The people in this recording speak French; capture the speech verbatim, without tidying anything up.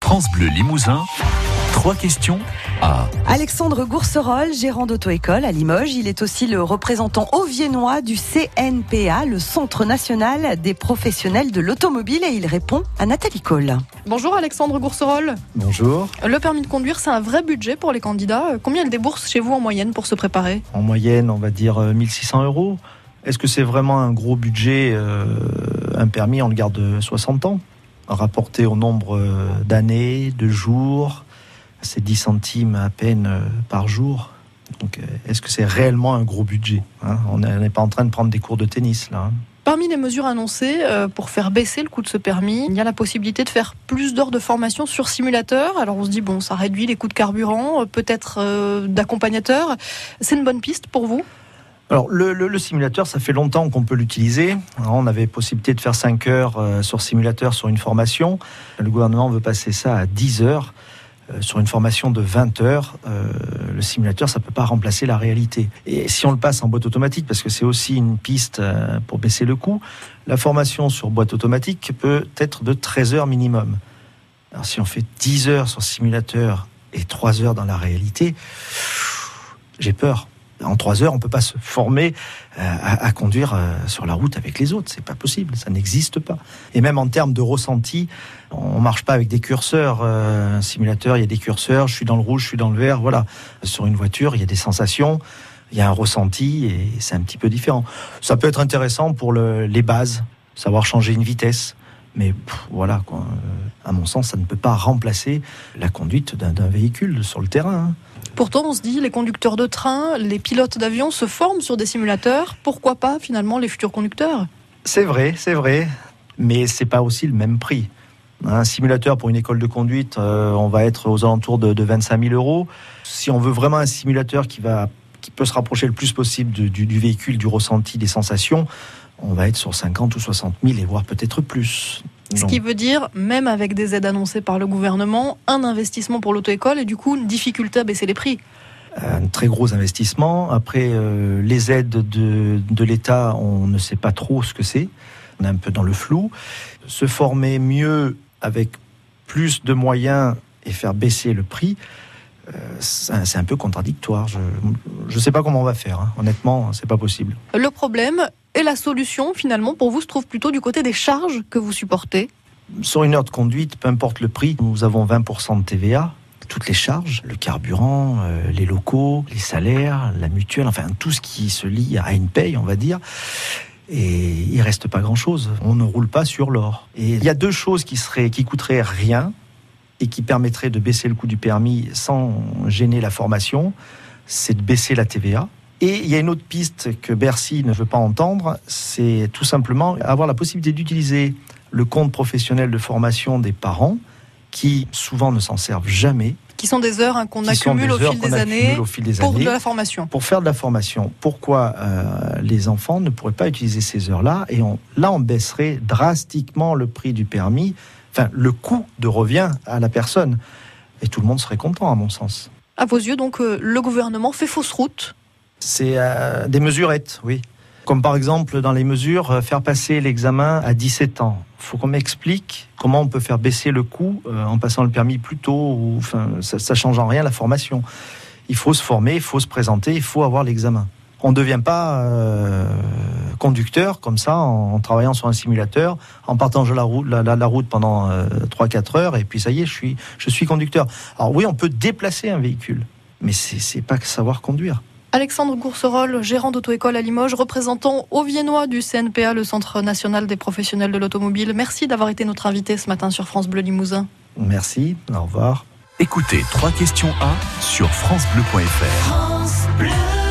France Bleu Limousin, trois questions à... Alexandre Gourcerol, gérant d'auto-école à Limoges. Il est aussi le représentant auviennois du C N P A, le Centre National des Professionnels de l'Automobile, et il répond à Nathalie Cole. Bonjour Alexandre Gourcerol. Bonjour. Le permis de conduire, c'est un vrai budget pour les candidats. Combien ils déboursent chez vous en moyenne pour se préparer ? En moyenne, on va dire mille six cents euros. Est-ce que c'est vraiment un gros budget ? euh, Un permis, on le garde soixante ans. Rapporté au nombre d'années, de jours, c'est dix centimes à peine par jour. Donc, est-ce que c'est réellement un gros budget, hein ? On n'est pas en train de prendre des cours de tennis, là. Hein. Parmi les mesures annoncées euh, pour faire baisser le coût de ce permis, il y a la possibilité de faire plus d'heures de formation sur simulateur. Alors on se dit, bon, ça réduit les coûts de carburant, euh, peut-être euh, d'accompagnateur. C'est une bonne piste pour vous ? Alors, le, le, le simulateur, ça fait longtemps qu'on peut l'utiliser. Alors, on avait possibilité de faire cinq heures euh, sur simulateur sur une formation. Le gouvernement veut passer ça à dix heures euh, sur une formation de vingt heures. Euh, le simulateur, ça ne peut pas remplacer la réalité. Et si on le passe en boîte automatique, parce que c'est aussi une piste euh, pour baisser le coût, la formation sur boîte automatique peut être de treize heures minimum. Alors, si on fait dix heures sur simulateur et trois heures dans la réalité, j'ai peur. En trois heures, on ne peut pas se former euh, à, à conduire euh, sur la route avec les autres. C'est pas possible, ça n'existe pas. Et même en termes de ressenti, on ne marche pas avec des curseurs. Euh, un simulateur, il y a des curseurs, je suis dans le rouge, je suis dans le vert, voilà. Sur une voiture, il y a des sensations, il y a un ressenti et c'est un petit peu différent. Ça peut être intéressant pour le, les bases, savoir changer une vitesse. Mais pff, voilà, quoi. À mon sens, ça ne peut pas remplacer la conduite d'un, d'un véhicule sur le terrain. Hein. Pourtant, on se dit, les conducteurs de train, les pilotes d'avion se forment sur des simulateurs. Pourquoi pas, finalement, les futurs conducteurs ? C'est vrai, c'est vrai. Mais c'est pas aussi le même prix. Un simulateur pour une école de conduite, euh, on va être aux alentours de, de vingt-cinq mille euros. Si on veut vraiment un simulateur qui, va, qui peut se rapprocher le plus possible du, du, du véhicule, du ressenti, des sensations, on va être sur cinquante ou soixante mille et voire peut-être plus. Ce qui veut dire, même avec des aides annoncées par le gouvernement, un investissement pour l'auto-école et du coup une difficulté à baisser les prix. Un très gros investissement. Après, euh, les aides de, de l'État, on ne sait pas trop ce que c'est. On est un peu dans le flou. Se former mieux avec plus de moyens et faire baisser le prix, euh, c'est, c'est un peu contradictoire. Je ne sais pas comment on va faire. Hein. Honnêtement, c'est pas possible. Le problème et la solution, finalement, pour vous, se trouve plutôt du côté des charges que vous supportez. Sur une heure de conduite, peu importe le prix, nous avons vingt pour cent de T V A. Toutes les charges, le carburant, euh, les locaux, les salaires, la mutuelle, enfin tout ce qui se lie à une paye, on va dire. Et il reste pas grand-chose. On ne roule pas sur l'or. Et il y a deux choses qui seraient, qui coûteraient rien et qui permettraient de baisser le coût du permis sans gêner la formation. C'est de baisser la T V A. Et il y a une autre piste que Bercy ne veut pas entendre, c'est tout simplement avoir la possibilité d'utiliser le compte professionnel de formation des parents, qui souvent ne s'en servent jamais. Qui sont des heures hein, qu'on, accumule au, fil des années au fil des pour années de la formation. Pour faire de la formation. Pourquoi euh, les enfants ne pourraient pas utiliser ces heures-là ? Et on, là, on baisserait drastiquement le prix du permis, enfin le coût de revient à la personne. Et tout le monde serait content, à mon sens. À vos yeux, donc, euh, le gouvernement fait fausse route ? C'est euh, des mesurettes, oui. Comme par exemple, dans les mesures, euh, faire passer l'examen à dix-sept ans. Il faut qu'on m'explique comment on peut faire baisser le coût euh, en passant le permis plus tôt. Ou, enfin, ça ne change en rien la formation. Il faut se former, il faut se présenter, il faut avoir l'examen. On ne devient pas euh, conducteur comme ça en, en travaillant sur un simulateur, en partant de la route, la, la, la route pendant euh, trois à quatre heures et puis ça y est, je suis, je suis conducteur. Alors oui, on peut déplacer un véhicule, mais c'est, c'est pas savoir conduire. Alexandre Gourcerol, gérant d'auto-école à Limoges, représentant auviennois du C N P A, le Centre National des Professionnels de l'Automobile. Merci d'avoir été notre invité ce matin sur France Bleu Limousin. Merci, au revoir. Écoutez trois questions à sur francebleu point fr. France Bleu.